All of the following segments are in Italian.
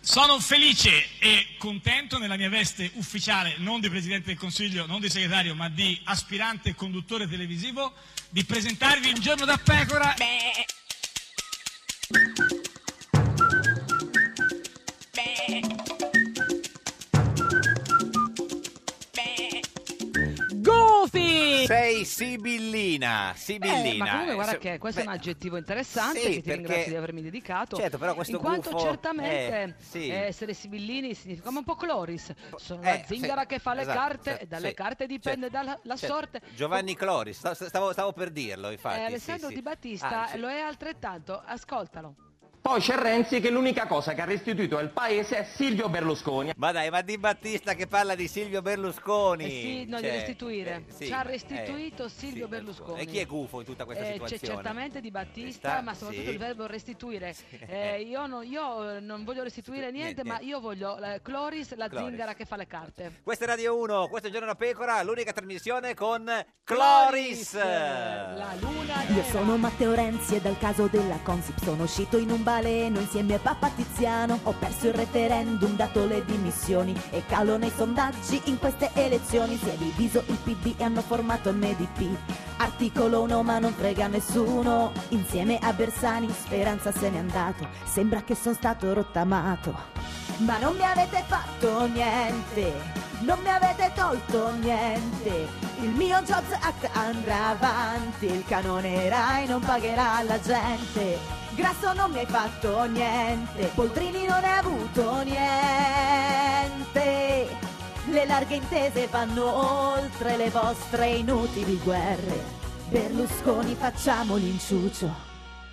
Sono felice e contento nella mia veste ufficiale, non di Presidente del Consiglio, non di segretario, ma di aspirante conduttore televisivo, di presentarvi Un giorno da pecora. Goofy! Sei sibillina. Ma comunque guarda che questo è un aggettivo interessante, sì, che ti ringrazio di avermi dedicato. Certo, però questo in quanto gufo, certamente sì. essere sibillini significa come un po' Cloris. Sono la zingara sì, che fa le esatto, carte e dalle carte dipende dalla sorte. Giovanni Cloris, stavo per dirlo, infatti. Alessandro sì. Di Battista lo è altrettanto. Ascoltalo. Poi c'è Renzi che l'unica cosa che ha restituito al paese è Silvio Berlusconi. Ma dai, ma Di Battista che parla di Silvio Berlusconi. Sì, no, di restituire. Ci ha restituito Silvio Berlusconi. E chi è gufo in tutta questa situazione? C'è certamente Di Battista, ma soprattutto il verbo restituire. Io non voglio restituire niente, ma io voglio Cloris, la zingara che fa le carte. Questa è Radio 1, questo è Giorno da Pecora, l'unica trasmissione con Cloris. La luna Io sono Matteo Renzi e dal caso della Consip sono uscito in un baleno insieme a Papa Tiziano. Ho perso il referendum, dato le dimissioni e calo nei sondaggi in queste elezioni. Si è diviso il PD e hanno formato MDP. Articolo 1 ma non frega nessuno. Insieme a Bersani Speranza se n'è andato. Sembra che sono stato rottamato. Ma non mi avete fatto niente, non mi avete tolto niente. Il mio Jobs Act andrà avanti, il canone Rai non pagherà la gente. Grasso non mi hai fatto niente, Boldrini non hai avuto niente. Le larghe intese vanno oltre le vostre inutili guerre. Berlusconi facciamo l'inciucio.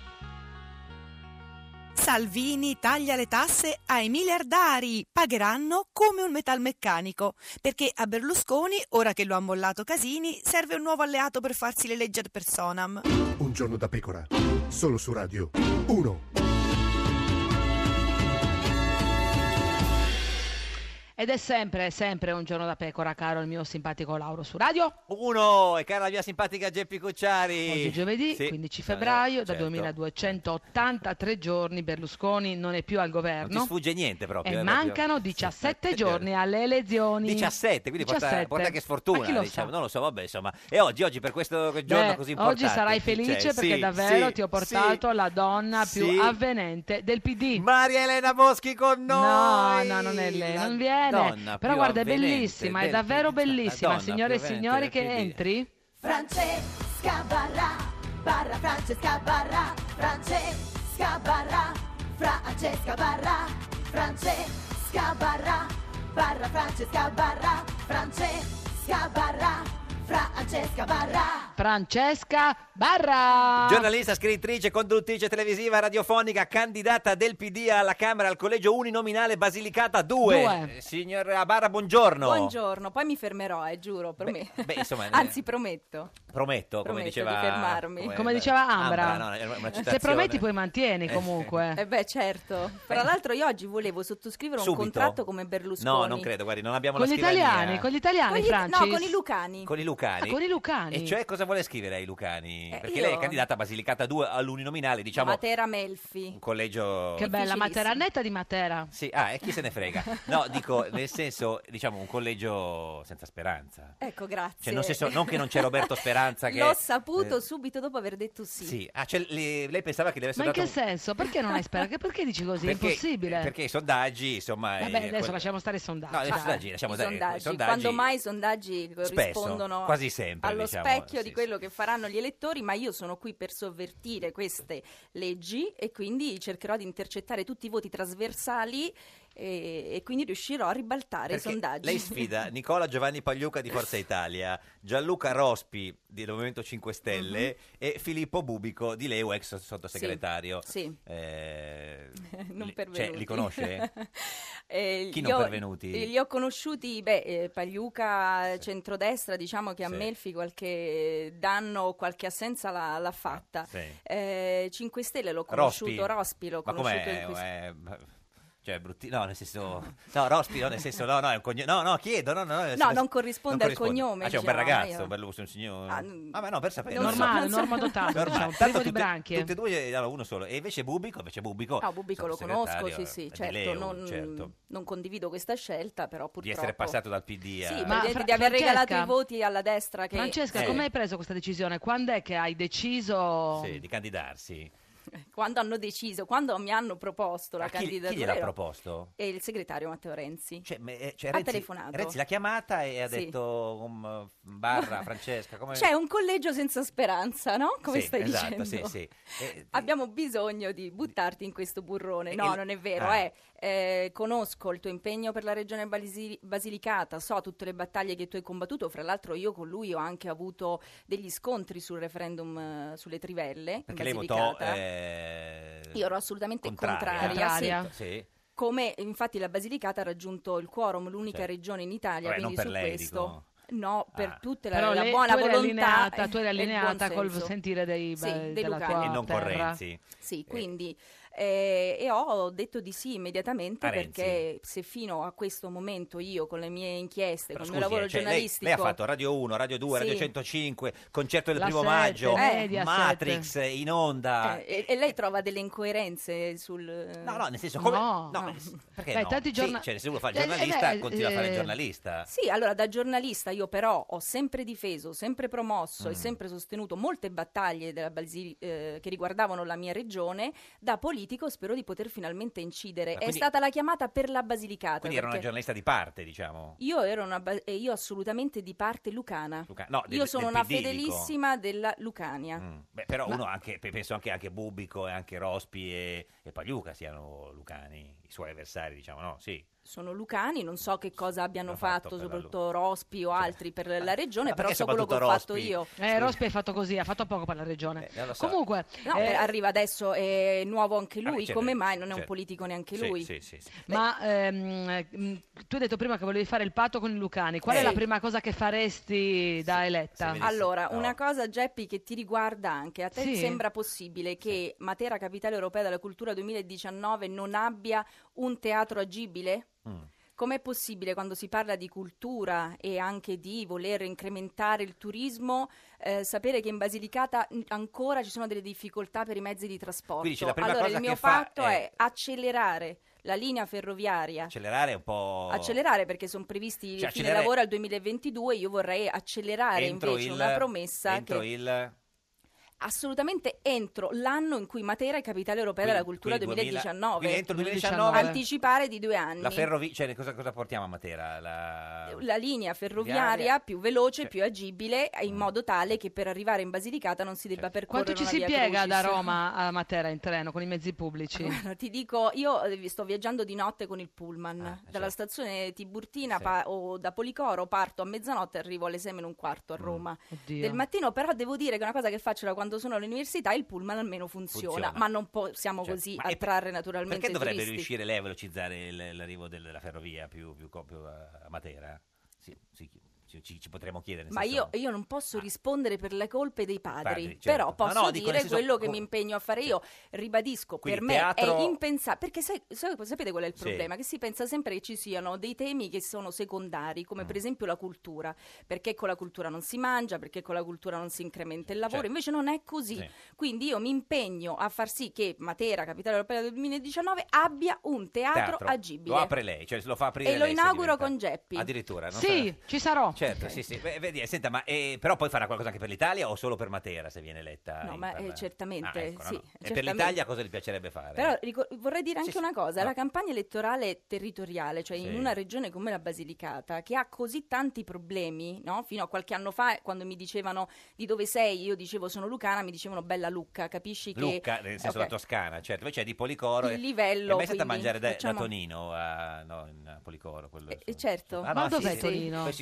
Salvini taglia le tasse ai miliardari, pagheranno come un metalmeccanico, perché a Berlusconi, ora che lo ha mollato Casini, serve un nuovo alleato per farsi le leggi ad personam. Un giorno da pecora, solo su Radio 1. Ed è sempre un giorno da pecora, caro il mio simpatico Lauro su Radio 1 e cara la mia simpatica Geppi Cucciari. Oggi è giovedì, 15 febbraio, da 2283 giorni Berlusconi non è più al governo. Non ti sfugge niente proprio. E mancano 17 giorni alle elezioni. 17, quindi 17. porta che sfortuna, lo diciamo. sa? Non lo so, vabbè, insomma. E oggi per questo giorno così importante. Oggi sarai felice perché davvero ti ho portato la donna più avvenente del PD. Maria Elena Boschi con noi. No, non è lei, non viene. Però guarda, è bellissima, è davvero bellissima. Signore e signori, che entri. Francesca Barra, Francesca Barra, Francesca Barra, Francesca Barra, Francesca Barra, Francesca Barra, Francesca Barra, Francesca Barra. Francesca Barra, giornalista, scrittrice, conduttrice televisiva, radiofonica, candidata del PD alla Camera al collegio uninominale Basilicata 2. Signora Barra, buongiorno. Buongiorno, poi mi fermerò, giuro, insomma, anzi prometto. Prometto, come diceva di fermarmi. Come diceva Ambra. No, è una se prometti poi mantieni comunque. Certo. Tra l'altro io oggi volevo sottoscrivere un contratto come Berlusconi. No, non credo, guardi, non abbiamo con la gli scrivania. Con gli italiani, Francis? No, con i lucani. Con i lucani? Con i lucani. E cioè cosa vuole scrivere ai lucani? Perché lei è candidata a Basilicata 2 all'uninominale, diciamo. Matera Melfi. Un collegio. Che bella, Matera, netta di Matera. Sì, e chi se ne frega? No, dico, nel senso, diciamo, un collegio senza speranza. Ecco, grazie. Cioè, nel senso, non che non c'è Roberto Speranza che... L'ho saputo subito dopo aver detto sì. Sì, cioè, lei pensava che deve essere Ma in che senso? Perché non hai speranza? Perché dici così? È impossibile. Perché i sondaggi, insomma... Vabbè, adesso lasciamo stare i sondaggi. No, adesso lasciamo stare i sondaggi. Quando mai i sondaggi corrispondono quasi sempre, allo diciamo, specchio di quello che faranno gli elettori, ma io sono qui per sovvertire queste leggi e quindi cercherò di intercettare tutti i voti trasversali e quindi riuscirò a ribaltare i sondaggi. Lei sfida Nicola Giovanni Pagliuca di Forza Italia, Gianluca Rospi del Movimento 5 Stelle e Filippo Bubico di Leu, ex sottosegretario. Sì. Non pervenuti. Cioè, li conosce? Chi non pervenuti? Li ho conosciuti, Pagliuca, centrodestra, diciamo che a Melfi qualche danno, qualche assenza l'ha fatta. 5 Stelle l'ho conosciuto, Rospi l'ho conosciuto in Cioè, no, nel senso... No, Rospi, no, nel senso... No, è un cognome... No, chiedo, no, nel senso, non corrisponde al cognome. C'è un bel ragazzo, un signore... ma no, per sapere. Normale, normodotato, diciamo, privo di branchie. Tutti e due, uno solo. E invece Bubico... No, Bubico lo conosco, sì, certo, certo. Non condivido questa scelta, però purtroppo... Di essere passato dal PD Sì, ma di aver regalato i voti alla destra che... Francesca, come hai preso questa decisione? Quando è che hai deciso... Sì, di candidarsi? Quando hanno deciso, quando mi hanno proposto la candidatura. Chi gliel'ha proposto? E il segretario Matteo Renzi. Ha telefonato. Renzi l'ha chiamata e ha detto barra Francesca. C'è un collegio senza speranza, no? Come stai dicendo? Sì. Abbiamo bisogno di buttarti in questo burrone. No, non è vero. Conosco il tuo impegno per la regione Basilicata, so tutte le battaglie che tu hai combattuto. Fra l'altro io con lui ho anche avuto degli scontri sul referendum sulle trivelle. Perché lei votò... Io ero assolutamente contraria. Sì. Come infatti la Basilicata ha raggiunto il quorum, l'unica regione in Italia, quindi non per su lei, questo... Dico. No, per tutte Però la buona volontà. Tu eri allineata col sentire dei della lucani. tua E non terra. con Renzi. Sì, quindi... e ho detto di sì immediatamente perché se fino a questo momento io con le mie inchieste, con il mio lavoro giornalistico... Lei ha fatto Radio 1, Radio 2, Radio 105, concerto del La 1 7, maggio, Media, Matrix in onda. E lei trova delle incoerenze sul... No, nel senso come... No. Perché Beh, no? tanti Cioè, se uno fa il giornalista, continua a fare il giornalista. Sì, allora da giornalista io però ho sempre difeso, sempre promosso e sempre sostenuto molte battaglie che riguardavano la mia regione. Da politico spero di poter finalmente incidere. Quindi, è stata la chiamata per la Basilicata. Quindi era una giornalista di parte, diciamo. Io ero io assolutamente di parte lucana. No, io sono una PD, fedelissima della Lucania. Beh, però uno anche, penso anche Bubico e anche Rospi e Pagliuca siano lucani, i suoi avversari, diciamo, no? Sì. Sono lucani, non so che cosa abbiano fatto soprattutto Rospi o altri per la regione, però so quello che ho fatto io. Rospi ha fatto così, ha fatto poco per la regione. So. Comunque, arriva adesso, è nuovo anche lui, certo, come mai non è un politico neanche lui? Sì. Ma tu hai detto prima che volevi fare il patto con i lucani, qual è la prima cosa che faresti da eletta? Allora, una cosa, Geppi, che ti riguarda anche, a te sembra possibile che Matera, capitale europea della cultura 2019, non abbia un teatro agibile? Com'è possibile quando si parla di cultura e anche di voler incrementare il turismo sapere che in Basilicata ancora ci sono delle difficoltà per i mezzi di trasporto? Allora il mio patto è accelerare la linea ferroviaria. Accelerare un po'... Accelerare perché sono previsti fine lavoro al 2022, io vorrei accelerare invece una promessa assolutamente entro l'anno in cui Matera è capitale europea della cultura 2019. Quindi entro il 2019 anticipare di 2 anni. La ferrovia, cioè cosa portiamo a Matera? La linea ferroviaria più veloce, più agibile, in modo tale che per arrivare in Basilicata non si debba percorrere Quanto ci si via piega Crucis. da Roma a Matera in treno con i mezzi pubblici? Guarda, ti dico, io sto viaggiando di notte con il pullman dalla stazione Tiburtina o da Policoro, parto a mezzanotte e arrivo alle 6:15 a Roma del mattino, però devo dire che è una cosa che faccio da quando sono all'università, il pullman almeno funziona. Ma non possiamo così attrarre naturalmente perché dovrebbe turisti. riuscire lei a velocizzare l'arrivo della ferrovia più a Matera? Ci potremmo chiedere. Ma io non posso rispondere per le colpe dei padri, certo. però posso dico, dire nel senso, quello che mi impegno a fare io. Ribadisco, quindi per me teatro... è impensabile, perché sapete qual è il problema? Che si pensa sempre che ci siano dei temi che sono secondari, come per esempio la cultura, perché con la cultura non si mangia, perché con la cultura non si incrementa il lavoro, invece non è così. Quindi io mi impegno a far sì che Matera, capitale europea del 2019, abbia un teatro agibile. Lo apre lei, cioè lo fa aprire e lo lei, inauguro con Geppi. Addirittura? Ci sarò. Certo, sì. Beh, vedi, senta, ma però poi farà qualcosa anche per l'Italia o solo per Matera se viene eletta? No, ma certamente, ecco, sì. No. E per l'Italia cosa gli piacerebbe fare? Però vorrei dire anche una cosa, la campagna elettorale territoriale, cioè in una regione come la Basilicata, che ha così tanti problemi, no? Fino a qualche anno fa, quando mi dicevano di dove sei, io dicevo sono lucana, mi dicevano bella Lucca, capisci che... Lucca, nel senso la Toscana, certo, invece è di Policoro. Il livello, è mai stata a mangiare facciamo... da Tonino in Policoro? certo. Ma dov'è Tonino? Tonino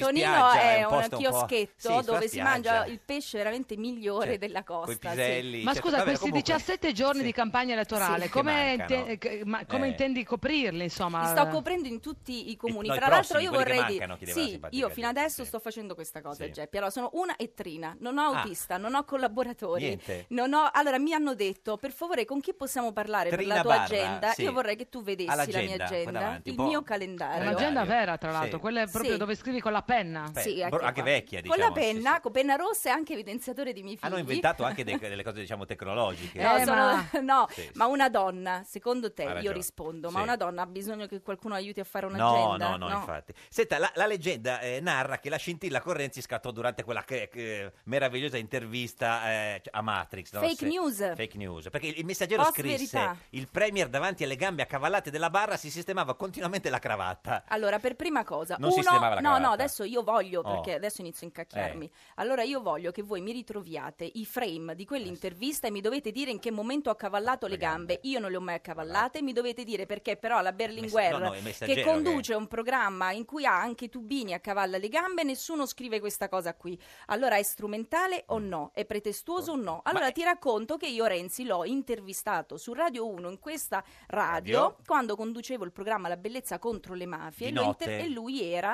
spiaggia, è un posto un po'- chioschetto sì, sulla dove si mangia spiaggia. il pesce veramente migliore della costa. coi sì. piselli. Ma certo, scusa, vabbè, questi comunque- 17 giorni di campagna elettorale, Sì. come, Che mancano. come Eh. intendi coprirli, insomma? Li sto coprendo in tutti i comuni. no, i Fra l'altro prossimi, io quelli che vorrei mancano, chiedeva la sì, simpatica io fino Geppi, adesso sì. sto facendo questa cosa, Sì. Geppi. Allora, sono una ettrina, non ho autista, non ho collaboratori. Niente. Allora, mi hanno detto, per favore, con chi possiamo parlare per Trina la tua Barra, agenda? sì. Io vorrei che tu vedessi la All'agenda, mia qua agenda, davanti, il un po'. mio È calendario. un'agenda Calendario. vera, tra l'altro, Sì. quella è proprio Sì. dove scrivi con la penna. Beh, Sì, ecco anche qua. vecchia, Con diciamo. la penna, con penna rossa e anche evidenziatore di miei figli. Hanno inventato anche delle cose, diciamo, tecnologiche. No, ma- no, Sì, sì. ma una donna, secondo te, Hai io ragione. rispondo, Sì. ma una donna ha bisogno che qualcuno aiuti a fare No, un'agenda? no, infatti. Senta, la leggenda narra che la scintilla con Renzi scattò durante quella meravigliosa intervista a Matrix. no? Fake news. Fake news. Perché il Messaggero Post scrisse: verità. il premier davanti alle gambe accavallate della barra si sistemava continuamente la cravatta. Allora, per prima cosa, Non sistemava la no, cravatta. adesso io voglio, Oh. perché adesso inizio a incacchiarmi. Allora io voglio che voi mi ritroviate i frame di quell'intervista e mi dovete dire in che momento ho accavallato le gambe. Io non le ho mai accavallate, mi dovete dire perché però la Berlinguer, no, il Messaggero che conduce un programma in cui ha anche Tubini accavalla le gambe, nessuno scrive questa cosa qui. Allora è strumentale o no? È pretestuoso o no? Allora ti racconto che io Renzi l'ho intervistato su Radio 1 in questa radio quando conducevo il programma La bellezza contro le mafie Di e notte. e lui era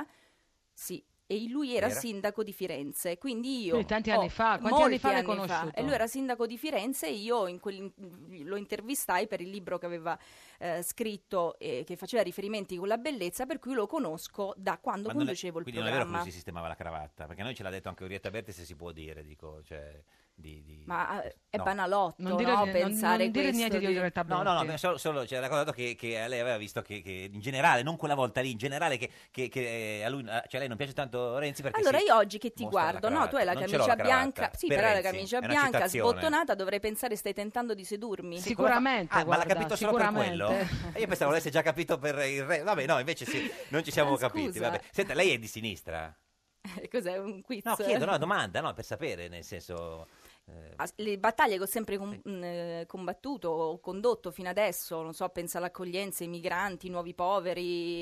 Era? sindaco di Firenze, quindi io Quindi tanti anni fa, quanti molti anni fa l'hai anni conosciuto? e lui era sindaco di Firenze e io lo intervistai per il libro che aveva scritto e che faceva riferimenti con la bellezza, per cui lo conosco da quando Ma non è- conducevo il quindi non è vero che programma. lui si sistemava la cravatta, perché a noi ce l'ha detto anche Orietta Berti, se si può dire, dico, cioè, Ma è no. banalotto, Non dire- no? non- Pensare non dire questo niente di Orietta No, Berti. solo ci ha raccontato che a lei aveva visto che in generale, non quella volta lì, in generale che a lui, cioè a lei non piace tanto Renzi perché Allora si io oggi che ti mostra la guardo, no, cravatta. tu hai la Non ce l'ho camicia la cravatta, bianca, sì, per però hai la Renzi, camicia è una bianca citazione. sbottonata, dovrei pensare stai tentando di sedurmi. Sicuramente, ma l'ha guarda, capito solo per quello? sicuramente. E io pensavo l'avesse già capito per il re. Vabbè, no, invece sì, non ci siamo capiti. Scusa. Vabbè. Senta, lei è di sinistra? Cos'è, un quiz? No, chiedo, no, domanda, no, per sapere, nel senso... Le battaglie che ho sempre combattuto, ho condotto fino adesso, non so, penso all'accoglienza, ai migranti, i nuovi poveri,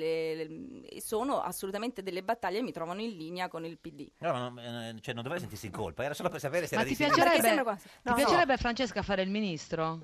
e sono assolutamente delle battaglie che mi trovano in linea con il PD. No, cioè non doveva sentirsi in colpa, era solo per sapere se Ma era ti di sinistra. Perché piacerebbe, sembra quasi- ti piacerebbe Francesca fare il ministro?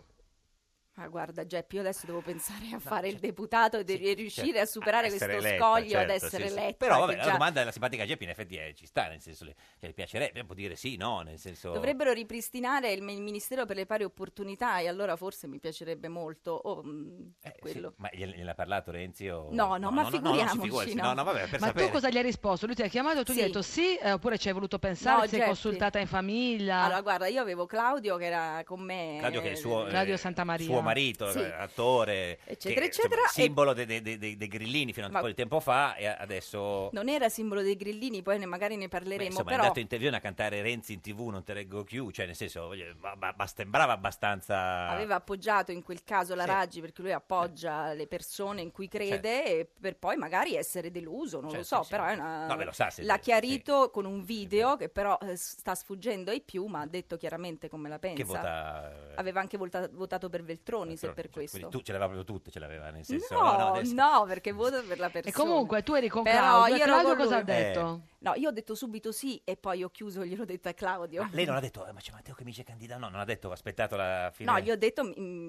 Ah, guarda Geppi, io adesso devo pensare a fare il deputato e di riuscire a superare essere questo eletta, scoglio ad certo, essere sì, sì. eletta. Però vabbè, che la già- domanda della simpatica Geppi in effetti ci sta, nel senso, le piacerebbe, può dire sì, no, nel senso... Dovrebbero ripristinare il Ministero per le pari opportunità e allora forse mi piacerebbe molto quello. Sì, ma gliel'ha parlato Renzi o... No, ma non si figuriamoci, figuri, no. no, vabbè, per Ma sapere. tu cosa gli hai risposto? Lui ti ha chiamato e tu gli hai Sì. detto sì, oppure ci hai voluto pensare, No, ti sei Geppi. consultata in famiglia? Allora, guarda, io avevo Claudio che era con me. Claudio che è il suo, Claudio Santamaria. suo marito, Sì. attore, Eccetera, che, eccetera, insomma, simbolo dei grillini fino a un Ma- po' di tempo fa e adesso... Non era simbolo dei grillini, poi magari ne Beh, parleremo, insomma, è però andato in televisione a cantare Renzi in TV, non te reggo più, cioè nel senso, sembrava abbastanza... aveva appoggiato in quel caso la Sì. Raggi, perché lui appoggia le persone in cui crede e per poi magari essere deluso, non lo Certo, so, sì. però è una... No, beh, lo sa, se- l'ha chiarito con un video che però sta sfuggendo ai più, ma ha detto chiaramente come la pensa. Che vota... Aveva anche votato per Veltroni, se per Cioè, questo. quindi tu ce l'aveva proprio tutte, ce l'aveva nel senso... No, adesso- no, perché voto per la persona. E comunque tu eri con Però Claudio, e io ero Claudio con cosa ha lui. detto? No, io ho detto subito sì e poi ho chiuso, gliel'ho detto a Claudio. Lei non ha detto, ma c'è Matteo che mi dice candidato? No, non ha detto, ho aspettato la fine... No, gli ho detto,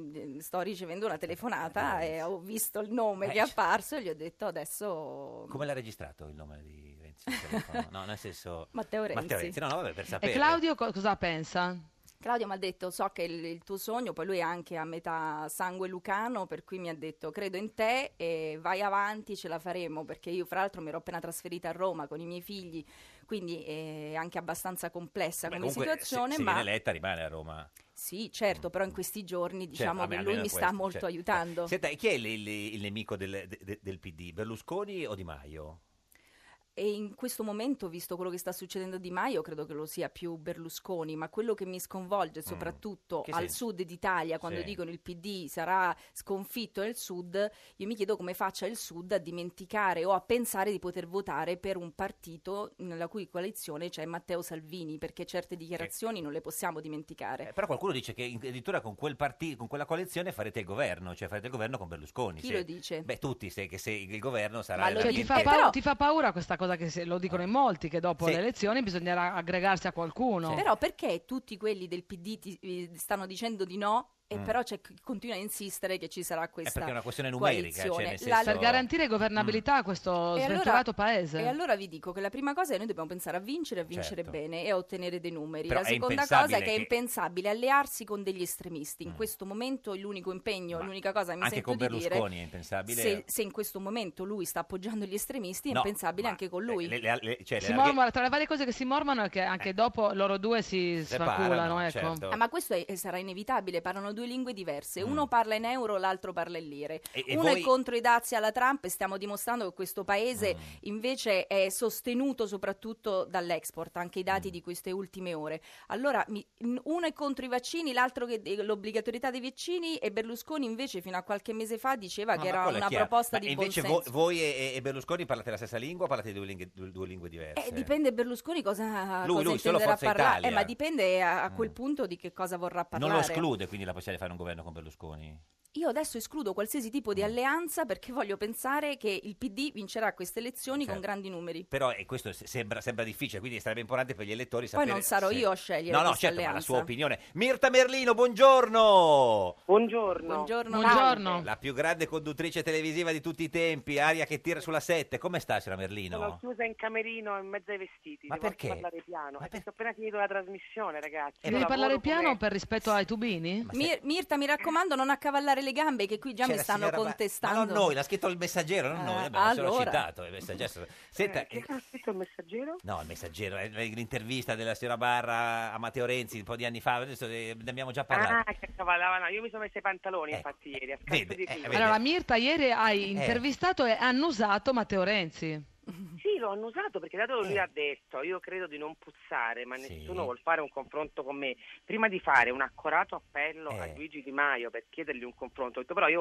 sto ricevendo una telefonata e ho visto il nome che è apparso e gli ho detto adesso... Come l'ha registrato il nome di Renzi? sul telefono? No, nel senso... Matteo Renzi. No, vabbè, per sapere. E Claudio cosa pensa? Claudio mi ha detto, so che il tuo sogno, poi lui è anche a metà sangue lucano, per cui mi ha detto, credo in te e vai avanti, ce la faremo, perché io fra l'altro mi ero appena trasferita a Roma con i miei figli, quindi è anche abbastanza complessa Beh, come comunque, situazione, se ma... viene eletta rimane a Roma. Sì, certo, però in questi giorni diciamo vabbè, che lui almeno mi sta questo, molto certo. aiutando. Senta, chi è il nemico del PD? Berlusconi o Di Maio? E in questo momento, visto quello che sta succedendo a Di Maio, credo che lo sia più Berlusconi, ma quello che mi sconvolge soprattutto Che al senso? sud d'Italia, quando Sì. dicono il PD sarà sconfitto nel sud, io mi chiedo come faccia il sud a dimenticare o a pensare di poter votare per un partito nella cui coalizione c'è Matteo Salvini, perché certe dichiarazioni non le possiamo dimenticare. Però qualcuno dice che addirittura con quel con quella coalizione farete il governo, cioè farete il governo con Berlusconi. Chi lo dice? Beh, tutti, che se il governo sarà... Ma lo Cioè, dice- ti fa però- ti fa paura questa cosa cosa che lo dicono in molti, che dopo Sì. le elezioni bisognerà aggregarsi a qualcuno. Però perché tutti quelli del PD stanno dicendo di no e però c'è chi continua a insistere che ci sarà questa perché è una questione numerica, cioè, coalizione? nel senso- Per garantire governabilità a questo E sventurato paese. E allora vi dico che la prima cosa è che noi dobbiamo pensare a vincere Certo. bene e a ottenere dei numeri. Però La è seconda impensabile cosa è che è che- impensabile allearsi con degli estremisti. In questo momento l'unico impegno, l'unica cosa che mi Anche sento con di dire Berlusconi è impensabile. se in questo momento lui sta appoggiando gli estremisti è No, impensabile ma anche con lui. cioè, Si mormora, tra le varie cose che si mormano è che anche dopo loro due si Separano, sfaculano, ecco. certo. Ma questo sarà inevitabile, parlano due lingue diverse, uno parla in euro, l'altro parla in lire. E Uno voi- è contro i dazi alla Trump e stiamo dimostrando che questo paese invece è sostenuto soprattutto dall'export, anche i dati di queste ultime ore. Allora uno è contro i vaccini, l'altro che l'obbligatorietà dei vaccini, e Berlusconi invece fino a qualche mese fa diceva No, che ma era quello è una chiaro. proposta Ma di invece buonsenso. voi e Berlusconi parlate la stessa lingua o parlate due lingue diverse? Dipende Berlusconi cosa Lui, solo intenderà Forza parlare. Italia. Ma dipende a quel punto di che cosa vorrà parlare. Non lo esclude quindi la possibilità di fare un governo con Berlusconi? Io adesso escludo qualsiasi tipo di alleanza perché voglio pensare che il PD vincerà queste elezioni con grandi numeri. Però questo sembra difficile, quindi sarebbe importante per gli elettori Poi sapere non sarò se- io a scegliere No, questa certo, ma la alleanza. sua opinione. Mirta Merlino, buongiorno! Buongiorno. Buongiorno. La più grande conduttrice televisiva di tutti i tempi, aria che tira sulla 7. Come sta, signora Merlino? Sono chiusa in camerino in mezzo ai vestiti. Ma Se posso perché? parlare piano. Perché ho appena finito la trasmissione, ragazzi. Devi parlare piano per rispetto ai tubini? Mirta, mi raccomando, non accavallare le gambe che qui già C'è mi la stanno signora contestando. Ma non noi, l'ha scritto il Messaggero, non noi, abbiamo solo allora. citato il Messaggero. Senta, Che ha scritto il Messaggero? no, il Messaggero, è l'intervista della signora Barra a Matteo Renzi un po' di anni fa, adesso ne abbiamo già parlato. Ah, che accavallava. No, io mi sono messa i pantaloni, infatti, ieri. A scarso vede, di filo. Allora, Mirta, ieri hai intervistato e annusato Matteo Renzi. Sì, l'ho annusato perché dato che lui ha detto io credo di non puzzare, ma nessuno vuol fare un confronto con me. Prima di fare un accorato appello a Luigi Di Maio per chiedergli un confronto, ho detto, però io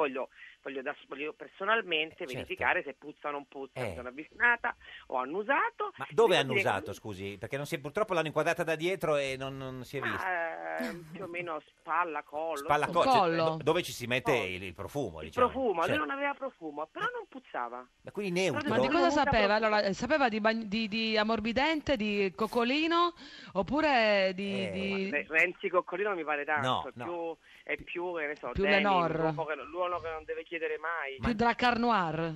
voglio personalmente verificare se puzza o non puzza. Mi sono avvicinata, ho annusato. Ma dove ha Devo dire che annusato, scusi? Perché purtroppo l'hanno inquadrata da dietro e non si è vista. più o meno spalla, collo. Spalla, insomma. cioè, dove ci si mette il profumo, Il diciamo. profumo, lui Certo. non aveva profumo, però non puzzava. Ma quindi neutro? Ma di cosa sapeva? Allora, sapeva di ammorbidente, di coccolino, oppure di... Renzi Coccolino non mi pare tanto, No, è più, che ne so, Più Denim, Lenor. l'uomo che non deve chiedere mai. più Dracar Noir.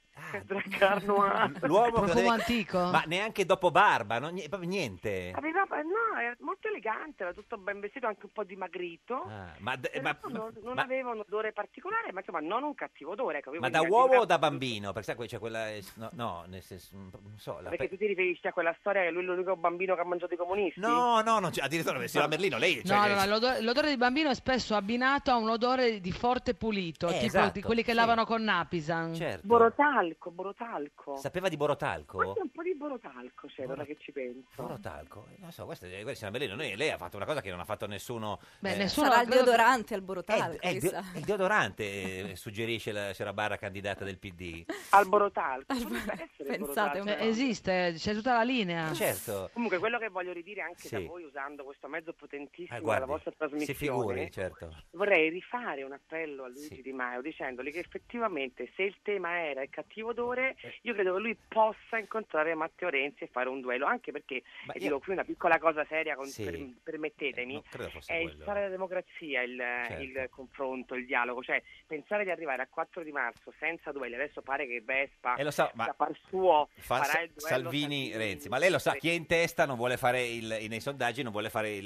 Dracar Noir. L'uomo che Profumo deve- antico. Ma neanche dopo barba, proprio niente. No, era molto elegante, era tutto ben vestito, anche un po' dimagrito. Ma Non ma- aveva un odore particolare, ma insomma non un cattivo odore. Ecco, io Ma mi da immaginavo- uomo o da bambino? Perché sai, qui c'è quella... No, nel senso, non so... Perché tu ti riferisci a quella storia che lui è l'unico bambino che ha mangiato i comunisti? No, non c'è, addirittura signora Merlino, lei... No, allora, l'odore di bambino è spesso abbinato a un odore di forte pulito, tipo esatto, di quelli che sì. lavano con Napisan. Certo. Borotalco. Sapeva di borotalco? Forse un po' di borotalco c'è, ora che ci penso. Borotalco? Non so, questa signora Merlino, lei ha fatto una cosa che non ha fatto nessuno... Beh, Sarà il deodorante al borotalco. Il deodorante suggerisce la signora Barra, candidata del PD. Al borotalco. Pensate un po'. Esiste, c'è tutta la linea. Certo. Comunque quello che voglio ridire anche Sì. da voi usando questo mezzo potentissimo Guardi, della vostra si trasmissione, figuri, certo. vorrei rifare un appello a Luigi Di Maio dicendogli che effettivamente se il tema era il cattivo odore, io credo che lui possa incontrare Matteo Renzi e fare un duello, anche perché, e dico qui una piccola cosa seria, Sì. permettetemi, Non credo fosse è il quello. fare la democrazia, il confronto, il dialogo, cioè pensare di arrivare al 4 di marzo senza duelli, adesso pare che Vespa Lo so, ma da par suo fa farà il duello Salvini Renzi, ma lei lo sa, chi è in testa non vuole fare nei sondaggi, non vuole fare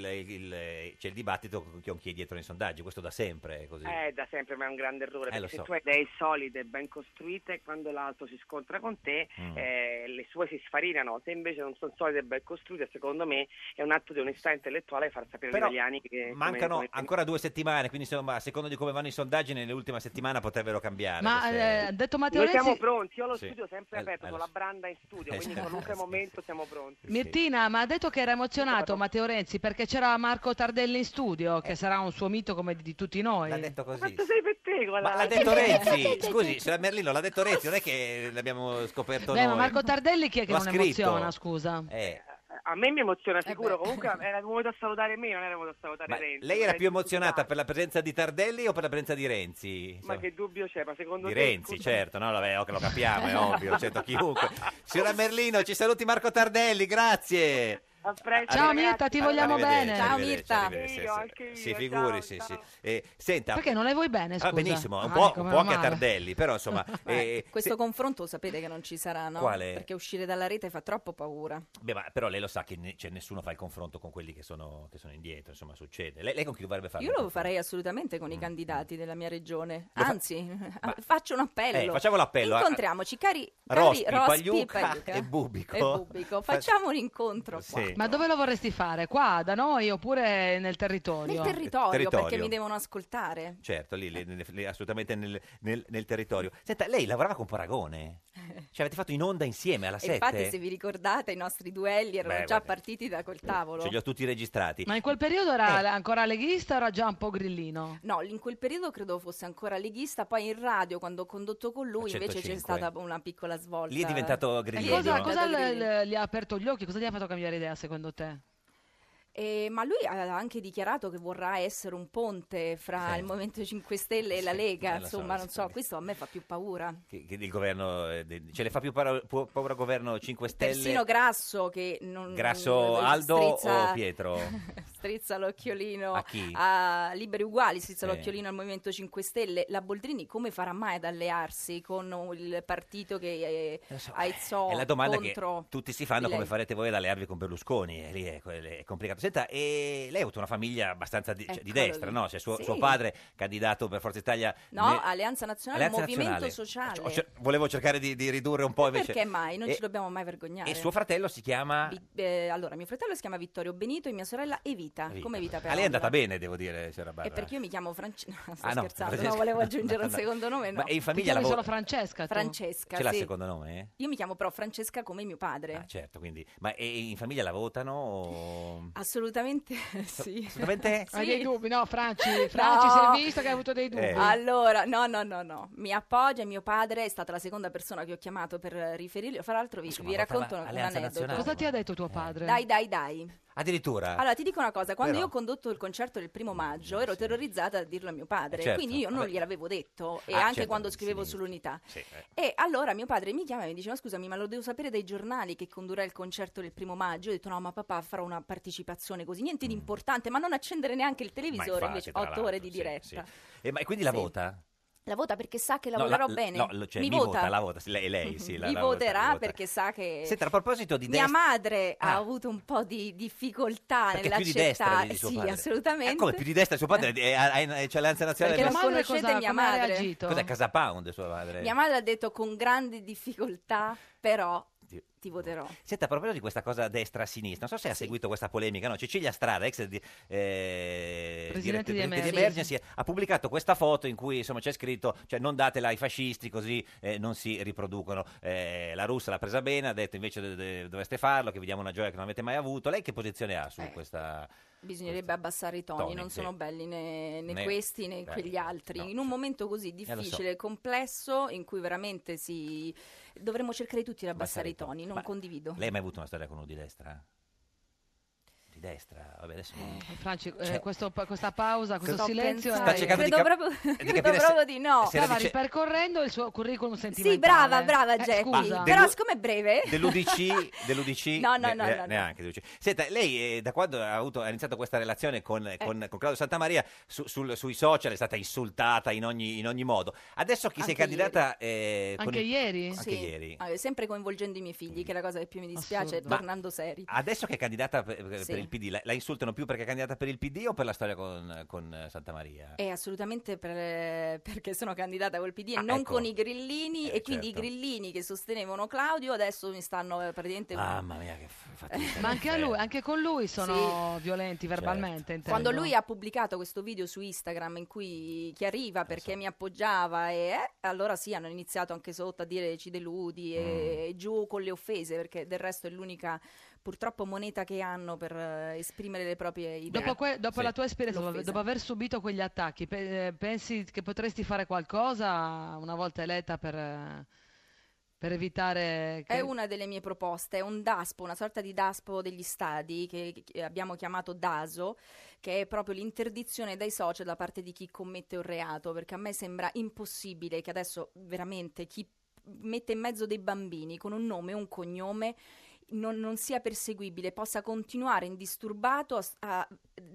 c'è il dibattito con chi è dietro nei sondaggi, questo da sempre è così. Da sempre, ma è un grande errore, lo perché se so. tu hai idee solide e ben costruite, quando l'altro si scontra con te, le sue si sfarinano. Se invece non sono solide e ben costruite, secondo me è un atto di onestà intellettuale far sapere Però agli italiani che mancano ancora 2 settimane, quindi insomma, a secondo di come vanno i sondaggi, nell'ultima settimana potrebbero cambiare. Ma queste- ha detto Matteo Noi Renzi... siamo pronti, io ho lo Sì. studio sempre aperto, lo ho la so. branda in studio, quindi in qualunque momento siamo pronti. Mirtina, ma ha detto che era emozionato Matteo Renzi perché c'era Marco Tardelli in studio, che sarà un suo mito come di tutti noi. L'ha detto così. Quanto sei pettegola? Ma l'ha detto Renzi, scusi, signora Merlino, l'ha detto Renzi, non è che l'abbiamo scoperto Beh, noi. ma Marco Tardelli chi è che Lo ha non scritto. emoziona, scusa? A me mi emoziona sicuro, comunque era venuto a salutare me, non era venuto a salutare Renzi. Lei era più emozionata per la presenza di Tardelli o per la presenza di Renzi? Ma che dubbio c'è? Ma secondo Di te... Renzi, certo, no, vabbè, che lo capiamo, è ovvio, certo, chiunque. Signora Merlino, ci saluti Marco Tardelli, grazie. Ciao Mirta, ti vogliamo bene. Ciao Mirta. Si figuri, sì. Senta, Perché non le vuoi bene, scusa? benissimo, un ecco, po' meno anche a male. Tardelli, però insomma... Questo confronto sapete che non ci sarà, no? Quale? Perché uscire dalla rete fa troppo paura. Beh, ma però lei lo sa che nessuno fa il confronto con quelli che sono indietro, insomma, succede. Lei con chi dovrebbe fare? Io lo farei assolutamente con i candidati della mia regione. Lo fa- Anzi, faccio un appello. Facciamo l'appello. Incontriamoci, cari Rospi, Rospi, Pagliuca e Bubico. Facciamo un incontro qua. Sì. Ma dove lo vorresti fare? Qua, da noi oppure nel territorio? Nel territorio, perché mi devono ascoltare. Certo, lì assolutamente nel territorio. Senta, lei lavorava con Paragone? Cioè avete fatto in onda insieme alla E 7? infatti, se vi ricordate, i nostri duelli erano Beh, già guarda. partiti da quel tavolo. Ce li ho tutti registrati. Ma in quel periodo era ancora leghista o era già un po' grillino? No, in quel periodo credo fosse ancora leghista, poi in radio, quando ho condotto con lui, A invece c'è 105. stata una piccola svolta. Lì è diventato E grillino. cosa gli ha aperto gli occhi? Cosa gli ha fatto cambiare idea secondo te? Ma lui ha anche dichiarato che vorrà essere un ponte fra Sì. il Movimento 5 Stelle e la Lega, lo so, insomma, non so, questo a me fa più paura. Che il governo... ce le fa più paura il governo 5 Stelle? Persino Grasso che non Grasso Aldo strizza, o Pietro? strizza l'occhiolino A chi? a Liberi Uguali, strizza Sì. l'occhiolino al Movimento 5 Stelle. La Boldrini come farà mai ad allearsi con il partito che aizzò È la domanda contro che tutti si fanno, lei? come farete voi ad allearvi con Berlusconi, e lì è complicato. Senta, e lei ha avuto una famiglia abbastanza di Eccolo destra, lì. no? Cioè, suo Sì. padre candidato per Forza Italia. No, Alleanza Nazionale, Alleanza Movimento Nazionale. Sociale. Volevo cercare di ridurre un po' invece. Perché mai? Non E- ci dobbiamo mai vergognare. E suo fratello si chiama... Allora, mio fratello si chiama Vittorio Benito e mia sorella Evita. Come Evita per A lei è andata bene, devo dire, signora Barra. E perché io mi chiamo Francesca. No, sto Ah, no, scherzando, Francesca. no, volevo aggiungere No, un no. secondo nome. No. Ma in famiglia Ti chiami lavora... solo Francesca? tu? Francesca, Ce l'ha il sì. secondo nome? Io mi chiamo però Francesca come mio padre. Ah, certo, quindi... Ma in famiglia la votano o... Assolutamente sì. Assolutamente? Hai dei dubbi? No, Franci, No. si è visto che hai avuto dei dubbi. Allora, no. Mi appoggia, mio padre è stata la seconda persona che ho chiamato per riferirgli. Fra l'altro vi racconto un Alleanza aneddoto. Nazionale. Cosa ti ha detto tuo padre? Dai. Addirittura? Allora, ti dico una cosa, quando Però- io ho condotto il concerto del 1° maggio ero terrorizzata a dirlo a mio padre, certo, quindi io non vabbè. gliel'avevo detto, e Ah, anche certo, quando di scrivevo sinistra. sull'Unità. Sì, E allora mio padre mi chiama e mi dice: ma scusami, ma lo devo sapere dai giornali che condurrà il concerto del 1° maggio? Ho detto: no, ma papà, farò una partecipazione così, niente di importante, ma non accendere neanche il televisore, infatti, invece tra 8 ore di l'altro, diretta. sì. E quindi la Sì. vota? La vota perché sa che No, lavorerò bene. No, cioè, mi mi vota. la vota, sì, lei sì. Mi voterà perché sa che Senta, a proposito di mia destra... madre ha Ah. avuto un po' di difficoltà Perché è più di destra nell'accettare. di suo Sì, padre. assolutamente. Come più di destra suo padre? C'è l'Alleanza Nazionale... Perché tua non madre conoscete mia come ha madre? reagito? Cos'è Casa Pound sua madre? Mia madre ha detto con grandi difficoltà, però ti voterò. Senta, a proposito di questa cosa destra-sinistra, non so se ha seguito questa polemica, no? Cecilia Strada, ex Presidente di Emergency, ha pubblicato questa foto in cui insomma c'è scritto, cioè non datela ai fascisti così non si riproducono. La Russa l'ha presa bene, ha detto invece dovreste farlo, che vi diamo una gioia che non avete mai avuto. Lei che posizione ha su questa... Bisognerebbe abbassare i toni, non sì. sono belli né Né- questi né quegli altri. no, In un momento così lo so. difficile, complesso, in cui veramente dovremmo cercare tutti di abbassare i toni, non Ma condivido. Lei ha mai avuto una storia con uno di destra? Di destra? Vabbè, adesso... Franci, Cioè- questa pausa, questo Sto silenzio pensando. Sta cercando di Credo cap- proprio, di credo capire se- proprio di no. se era stava dice- ripercorrendo il suo curriculum Sì, sentimentale. brava Geppi. Scusa. Però siccome è breve... Dell'UDC? No, no. Neanche dell'UDC. Senta, lei da quando ha iniziato questa relazione con Claudio Santamaria sui social è stata insultata in ogni modo. Adesso chi sei Anche candidata... Anche ieri? Anche Sì. ieri. Sempre coinvolgendo i miei figli, che è la cosa che più mi dispiace, Assurdo. tornando seri. Adesso che è candidata per Sì. il PD, la insultano più perché è candidata per il PD o per la storia con Santamaria? È assolutamente perché sono candidata col PD e Ah, non ecco. con i grillini, e quindi certo. i grillini che sostenevano Claudio adesso mi stanno praticamente... Mamma mia, che fatica. Ma anche con lui sono violenti Certo. verbalmente. intendo. Quando lui ha pubblicato questo video su Instagram in cui chiariva perché mi appoggiava, allora sì, hanno iniziato anche sotto a dire ci deludi e giù con le offese, perché del resto è l'unica purtroppo moneta che hanno per esprimere le proprie idee. Dopo la tua esperienza, L'offesa. dopo aver subito quegli attacchi, pensi che potresti fare qualcosa una volta eletta per per evitare È una delle mie proposte, è un DASPO, una sorta di DASPO degli stadi che abbiamo chiamato DASO, che è proprio l'interdizione dai social da parte di chi commette un reato, perché a me sembra impossibile che adesso veramente chi mette in mezzo dei bambini con un nome e un cognome non sia perseguibile, possa continuare indisturbato a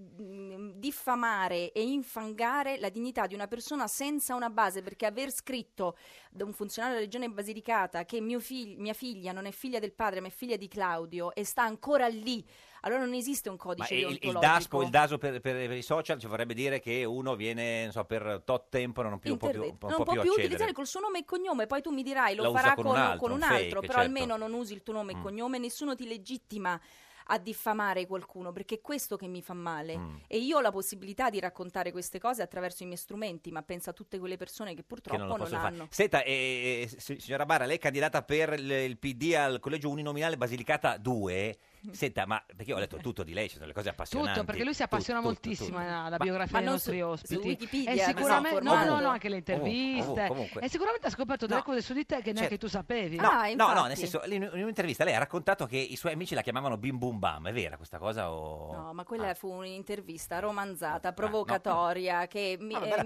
diffamare e infangare la dignità di una persona senza una base, perché aver scritto da un funzionario della regione Basilicata che mia figlia non è figlia del padre ma è figlia di Claudio e sta ancora lì, allora non esiste un codice deontologico. Il DASO per i social ci vorrebbe dire che uno viene, non so, per tot tempo non può più accedere. Utilizzare col suo nome e cognome, poi tu mi dirai lo usa farà con un altro, altro, però certo. almeno non usi il tuo nome e cognome, nessuno ti legittima a diffamare qualcuno, perché è questo che mi fa male e io ho la possibilità di raccontare queste cose attraverso i miei strumenti, ma pensa a tutte quelle persone che purtroppo non hanno. Senta, signora Barra, lei è candidata per il PD al collegio uninominale Basilicata 2. Senta, ma perché io ho letto tutto di lei, ci sono delle cose appassionanti. Tutto, perché lui si appassiona moltissimo alla biografia dei nostri ospiti. Su Wikipedia, e sicuramente no, anche le interviste. Ovunque. E sicuramente ha scoperto delle cose su di te che neanche tu sapevi. No, nel senso, in un'intervista lei ha raccontato che i suoi amici la chiamavano Bim Bum Bam, è vera questa cosa o... No, ma quella fu un'intervista romanzata, provocatoria, che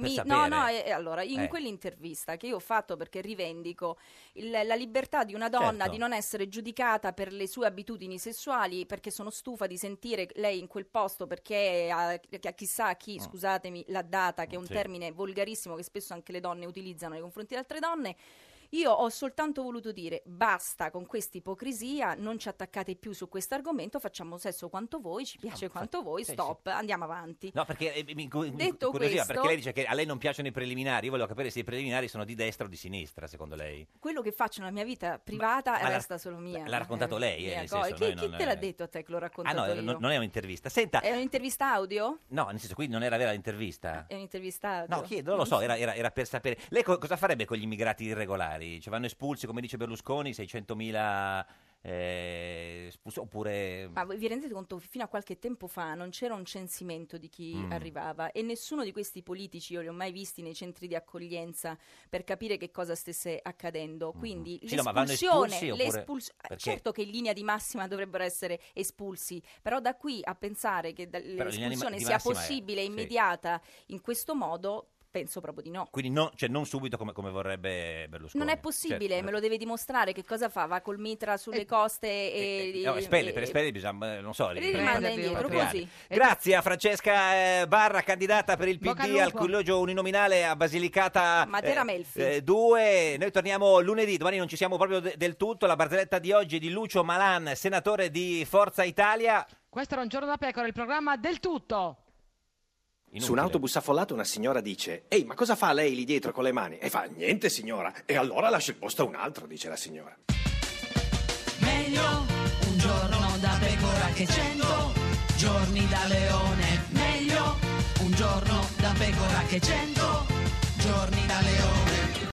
allora, in quell'intervista che io ho fatto perché rivendico la libertà di una donna di non essere giudicata per le sue abitudini sessuali, perché sono stufa di sentire lei in quel posto perché chissà a chi, scusatemi, l'ha data, che è un termine volgarissimo che spesso anche le donne utilizzano nei confronti di altre donne. Io ho soltanto voluto dire basta con questa ipocrisia, non ci attaccate più su questo argomento, facciamo sesso quanto voi, ci piace quanto voi, stop, andiamo avanti. No, perché mi Detto questo, perché lei dice che a lei non piacciono i preliminari, io volevo capire se i preliminari sono di destra o di sinistra, secondo lei. Quello che faccio nella mia vita privata resta solo mia. L'ha raccontato lei, nel senso, chi te l'ha detto a te che l'ho raccontato io? Non è un'intervista. Senta, è un'intervista audio? No, nel senso, quindi non era vera l'intervista. È un'intervista audio? No, chiedo, non lo so, era per sapere. Lei cosa farebbe con gli immigrati irregolari? Cioè vanno espulsi, come dice Berlusconi, 600.000 espulsi, oppure... Ma vi rendete conto che fino a qualche tempo fa non c'era un censimento di chi arrivava e nessuno di questi politici io li ho mai visti nei centri di accoglienza per capire che cosa stesse accadendo, quindi l'espulsione, certo che in linea di massima dovrebbero essere espulsi, però da qui a pensare che l'espulsione sia possibile e immediata in questo modo penso proprio di no. Quindi non subito come vorrebbe Berlusconi. Non è possibile, me lo deve dimostrare. Che cosa fa? Va col mitra sulle coste per espelli bisogna, non so, rimanda indietro così. Grazie a Francesca Barra, candidata per il PD al collegio uninominale a Basilicata Matera Melfi 2. Noi torniamo lunedì, domani non ci siamo proprio del tutto. La barzelletta di oggi è di Lucio Malan, senatore di Forza Italia. Questo era Un giorno da pecora, il programma del tutto. Inutile. Su un autobus affollato una signora dice: «Ehi, ma cosa fa lei lì dietro con le mani?» E fa: «Niente, signora». E allora lascia il posto a un altro, dice la signora. Meglio un giorno da pecora che 100 giorni da leone. Meglio un giorno da pecora che 100 giorni da leone.